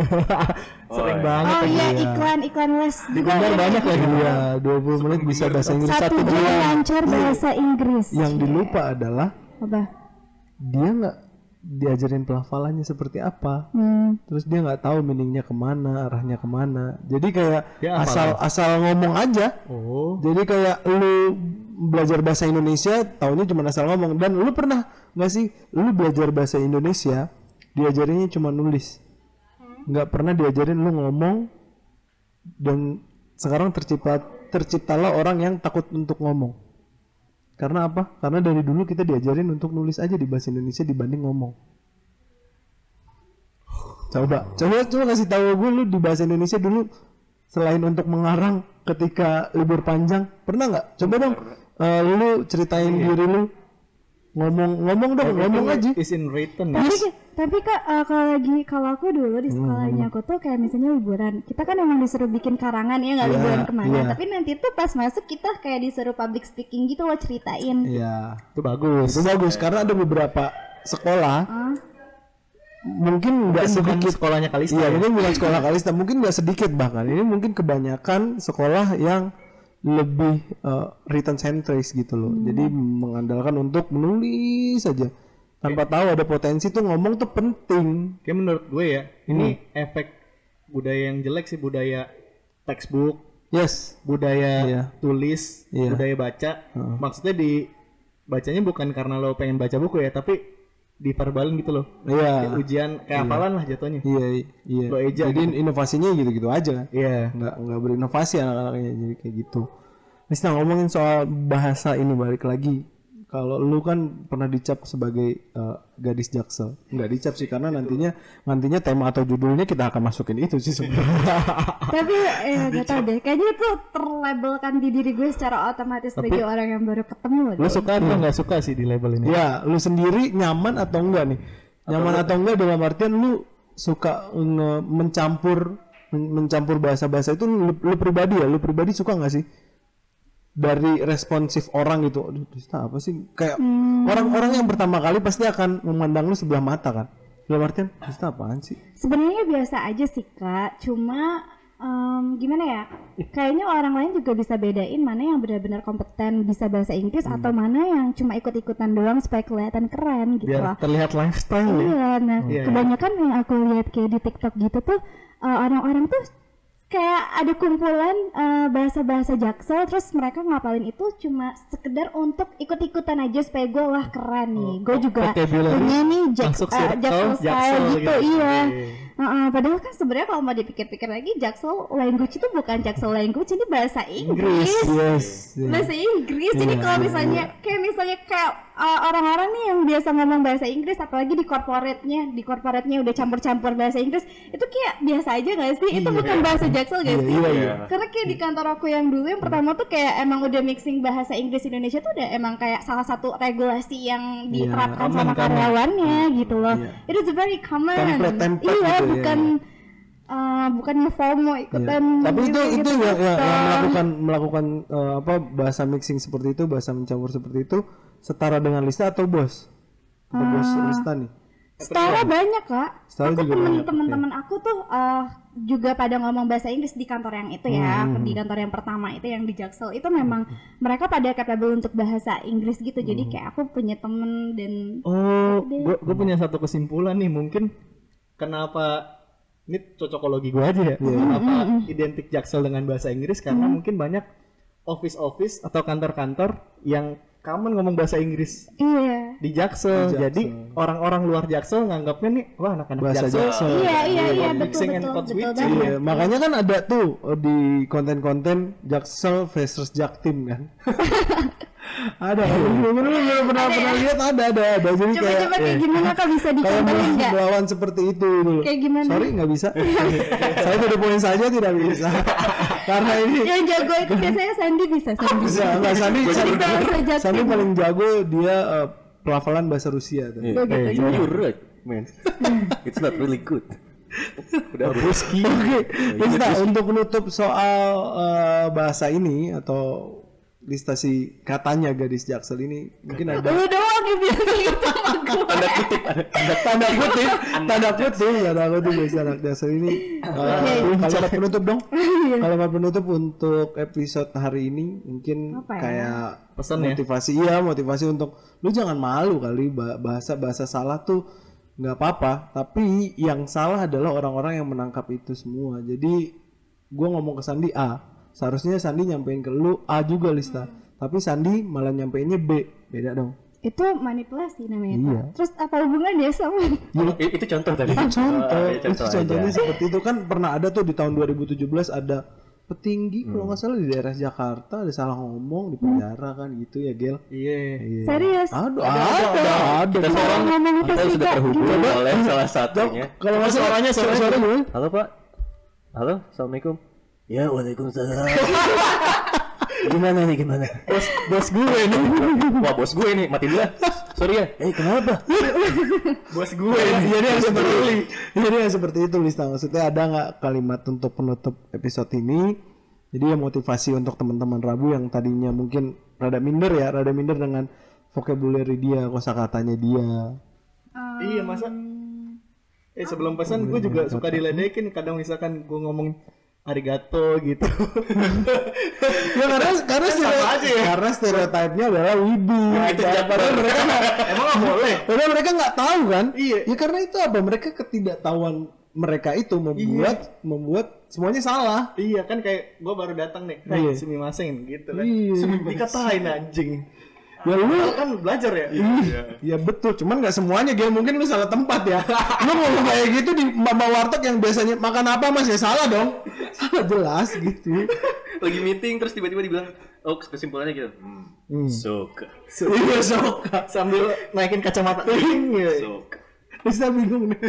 Sering iya. banget. Oh kayak iya gitu. iklan iklan les juga. Digambar ya. banyak lagi. Iya, dua puluh menit bisa bahasa Inggris Satu satu bulan jam. lancar bahasa Inggris. Yang dilupa adalah Apa? dia nggak diajarin pelafalannya seperti apa. Hmm. Terus dia nggak tahu meaningnya kemana, arahnya kemana. Jadi kayak Dia hafal. asal asal ngomong aja. Oh. Jadi kayak lu belajar bahasa Indonesia, taunya cuma asal ngomong. Dan lu pernah nggak sih, lu belajar bahasa Indonesia, diajarinnya cuma nulis, nggak pernah diajarin lu ngomong. Dan sekarang tercipta terciptalah orang yang takut untuk ngomong. Karena apa? Karena dari dulu kita diajarin untuk nulis aja di bahasa Indonesia dibanding ngomong. Coba, coba, coba kasih tahu gue lu di bahasa Indonesia dulu selain untuk mengarang ketika libur panjang, pernah nggak? Coba dong, eh, lu ceritain diri lu, ngomong, ngomong dong, ngomong aja. Is in written. Tapi tapi kak uh, kalau lagi kalau aku dulu di sekolahnya aku tuh kayak misalnya liburan kita kan emang disuruh bikin karangan ya nggak Iya, liburan kemana iya. tapi nanti tuh pas masuk kita kayak disuruh public speaking gitu loh ceritain. Iya, Itu bagus. itu bagus karena ada beberapa sekolah Ah, mungkin nggak Bukan sedikit. sekolahnya Kalista. Iya, ya? mungkin bukan sekolah Kalista, mungkin nggak sedikit bahkan. Ini mungkin kebanyakan sekolah yang lebih uh, written centris gitu loh. Jadi mengandalkan untuk menulis saja tanpa tahu ada potensi tuh ngomong tuh penting. Kayak menurut gue ya, ini efek budaya yang jelek sih, budaya textbook, Yes. budaya Iya. tulis, Iya. budaya baca. Maksudnya di bacanya bukan karena lo pengen baca buku ya, tapi diverbalin gitu loh. Kayak Iya. ujian kayak hafalan lah jatuhnya. Iya, iya. Lo eja Jadi inovasinya gitu-gitu aja kan. Iya. Nggak nggak berinovasi anak-anaknya jadi kayak gitu. Terus nah, ngomongin soal bahasa ini balik lagi. Kalau lu kan pernah dicap sebagai uh, gadis Jaksel, nggak dicap sih karena nantinya nantinya tema atau judulnya kita akan masukin itu sih sebenarnya. tapi eh gak tau deh kayaknya itu terlabelkan di diri gue secara otomatis sebagai orang yang baru ketemu Lo deh. suka atau nggak suka sih di label ini? Ya, lu sendiri nyaman atau enggak nih? Nyaman atau enggak dalam artian lu suka nge- mencampur men- mencampur bahasa-bahasa itu lu, lu pribadi ya, lu pribadi suka nggak sih? Dari responsif orang gitu, aduh Dista apa sih? Kayak orang-orang yang pertama kali pasti akan memandang lu sebelah mata kan? Dalam artian, Dista apaan sih? Sebenarnya biasa aja sih kak, cuma em, gimana ya? Kayaknya orang lain juga bisa bedain mana yang benar-benar kompeten bisa bahasa Inggris atau mana yang cuma ikut-ikutan doang supaya kelihatan keren gitu Biar loh. terlihat lifestyle ya. Iya, nah Iya, iya. kebanyakan yang aku lihat kayak di TikTok gitu tuh eh, orang-orang tuh kayak ada kumpulan eh, bahasa-bahasa Jaksel, terus mereka ngapalin itu cuma sekedar untuk ikut-ikutan aja supaya gue wah keren nih, gue juga vocabulary punya nih Jak- masuk eh, circle Jaksel style Jaksel gitu, gitu. iya. Iya. Uh-uh, padahal kan sebenarnya kalau mau dipikir-pikir lagi Jaksel language itu bukan Jaksel language, ini bahasa Inggris. Yes. Yeah. Bahasa Inggris. Jadi Iya, kalau iya, misalnya kayak misalnya kayak uh, orang-orang nih yang biasa ngomong bahasa Inggris, apalagi di corporate-nya, di corporate-nya udah campur-campur bahasa Inggris, itu kayak biasa aja nggak sih? Itu bukan bahasa Jaksel guys sih? Iya, iya. Karena kayak di kantor aku yang dulu yang pertama tuh kayak emang udah mixing bahasa Inggris Indonesia tuh udah emang kayak salah satu regulasi yang diterapkan common, sama common. karyawannya gitu loh. Iya. It is very common. Template-template Iya, gitu ya. bukan uh, bukannya FOMO ikutan. Iya. Tapi itu gitu, itu gitu, yang, yang, gitu. yang melakukan melakukan eh, apa bahasa mixing seperti itu, bahasa mencampur seperti itu setara dengan Lista atau bos? Atau bos Lista nih? Setara banyak kak. Setara aku juga temen banyak, teman-teman aku tuh uh, juga pada ngomong bahasa Inggris di kantor yang itu ya, Hmm. di kantor yang pertama itu yang di Jaksel itu memang mereka pada capable untuk bahasa Inggris gitu. Hmm. Jadi kayak aku punya temen dan Oh, gue punya satu kesimpulan nih, mungkin kenapa ini cocokologi gue aja ya. Kenapa identik Jaksel dengan bahasa Inggris karena mungkin banyak office-office atau kantor-kantor yang common ngomong bahasa Inggris iya. di Jaksel. Di Jaksel. Jadi orang-orang luar Jaksel nganggapnya nih, wah anak-anak Bahasa Jaksel. Jaksel. Iya iya iya Code betul mixing and betul code betul switching. banget. Iya, makanya kan ada tuh eh, di konten-konten Jaksel versus Jaktim kan. Ada kan? Lu lu belum pernah pernah lihat ada ada ada jadi Coba kayak coba kayak gimana kak bisa kayak dicontohin nggak? melawan seperti itu dulu. Kayak gimana? Sorry nggak bisa. Saya to the point saja tidak bisa. Karena ini Yang jago itu biasanya Sandi bisa Sandi. bisa nggak Sandi Sandi, bahasa Jaktim. Sandi paling jago dia eh, pelafalan bahasa Rusia tuh. Yeah. Oh, gitu. Hey, you're right, man. It's not really good. Udah Oke, Lista untuk menutup soal eh, bahasa ini atau lista si katanya gadis Jaksel ini mungkin ada Lu doang yang bilang gitu sama gue. tanda kutip, ada tanda tanda kutip tanda kutip tanda kutip bahasa anak Jaksel ini eh, kalimat penutup dong kalimat penutup untuk episode hari ini mungkin Apa ya? kayak Pesan ya? motivasi iya motivasi untuk lu jangan malu kali ba- bahasa bahasa salah tuh nggak apa-apa tapi yang salah adalah orang-orang yang menangkap itu semua jadi gua ngomong ke Sandi A seharusnya Sandi nyampein ke lu A juga Lista tapi Sandi malah nyampeinnya B beda dong. Itu manipulasi namanya Iya. Pak. Terus apa hubungannya sama Oh, i- itu contoh tadi. Itu contoh, Oh, iya, itu contoh contohnya aja. seperti itu kan pernah ada tuh di tahun dua ribu tujuh belas ada petinggi kalau nggak salah di daerah Jakarta ada salah ngomong di penjara kan gitu ya Gel. Iya. Iya. serius? Ada, ada, ada. Kita Gua- sekarang ngomong itu kita sih, sudah Kak. terhubung Coba. oleh salah satunya. Kalau nggak salah Suaranya, suara suaranya. suara gimana? Halo Pak. Halo, assalamualaikum. Ya, waalaikumsalam. Gimana nih gimana? Bos bos gue nih. Wah, bos gue nih, mati dulu. Sorry ya. Eh, kenapa? Bos gue Jadi nih. jadi yang seperti jadi yang seperti itu Lista maksudnya ada nggak kalimat untuk penutup episode ini? Jadi ya motivasi untuk teman-teman Rabu yang tadinya mungkin rada minder ya, rada minder dengan vocabulary dia, kosakatanya dia. Iya masa Eh sebelum pesan gue juga suka diledekin kadang misalkan gue ngomong arigato gitu. Ya karena karena stereo- aja ya. karena stereotipnya adalah wibu. Ya, padahal mereka nggak Emang nggak boleh? padahal mereka nggak tahu kan? Iya. Ya karena itu apa? Mereka ketidaktahuan mereka itu membuat membuat semuanya salah. Iya kan kayak gue baru datang nih, Iya. hey, sumimasen gitu kan. Iya. Dikatain anjing. Ya lu Lu kan belajar ya? ya betul, cuman nggak semuanya Gel, mungkin lu salah tempat ya. Lu ngomong kayak gitu di mama warteg yang biasanya makan apa Mas ya salah dong. Salah jelas gitu. Lagi meeting terus tiba-tiba dibilang, oh kesimpulannya gitu. Hmm. Suka. Iya sok. Sambil naikin kacamata. Iya. Suka. Lista bingung nih.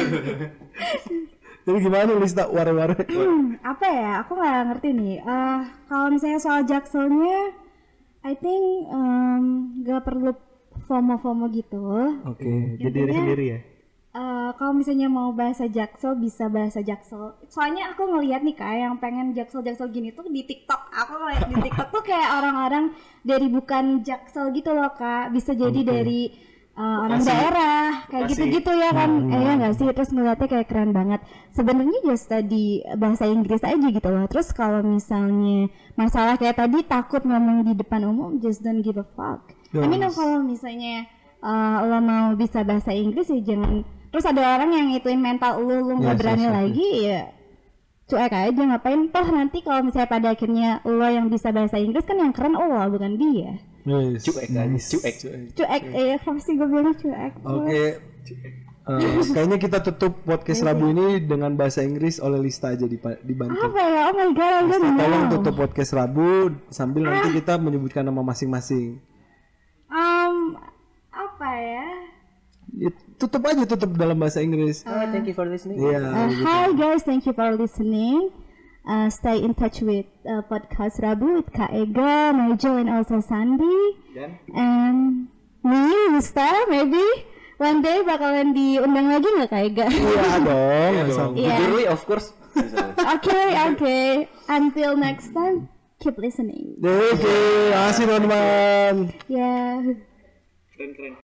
Jadi gimana Lista ware-ware? Hmm, apa ya? Aku nggak ngerti nih. Eh, kalau misalnya soal Jakselnya, I think um, gak perlu FOMO-FOMO gitu. Oke, jadi diri Intinya, sendiri ya. Eh, kalau misalnya mau bahasa Jaksel bisa bahasa Jaksel. Soalnya aku ngeliat nih kak yang pengen Jaksel-Jaksel gini tuh di TikTok. Aku ngeliat di TikTok tuh kayak orang-orang dari bukan Jaksel gitu loh kak. Bisa jadi dari uh, orang Bekasi. daerah kayak Bekasi. gitu-gitu ya kan. Eh ya nggak sih. Terus ngeliatnya kayak keren banget. Sebenarnya just tadi bahasa Inggris aja gitu loh. Terus kalau misalnya masalah kayak tadi takut ngomong di depan umum, just don't give a fuck. I mean kalau misalnya uh, lo mau bisa bahasa Inggris ya jangan. Terus ada orang yang ngituin mental lu, lu nggak Yes, berani yes, yes. lagi ya cuek aja ngapain. Toh nanti kalau misalnya pada akhirnya lo yang bisa bahasa Inggris kan yang keren lo bukan dia. Yes. Cuek kan, cuek. Cuek, eh apa sih gue bilang cuek. Oke. Eh, kayaknya kita tutup podcast Rabu ini dengan bahasa Inggris oleh Lista aja dipa- dibantu. Apa ya? Oh my god, I don't Lista, tolong know. tutup podcast Rabu sambil nanti kita menyebutkan nama masing-masing. Um, apa ya? Ya, tutup aja, tutup dalam bahasa Inggris. Oh, thank you for listening. Iya. Uh, gitu. hi guys, thank you for listening. Uh, stay in touch with uh, podcast Rabu with Kak Ega, Nigel, and also Sandy. And me, Lista, maybe one day bakalan diundang lagi nggak Kak Ega? Iya dong. asal- Yeah. Jujur, of course. Bisa. Okay, okay. Until next time, keep listening. Oke, makasih teman-teman. Yeah. Keren keren.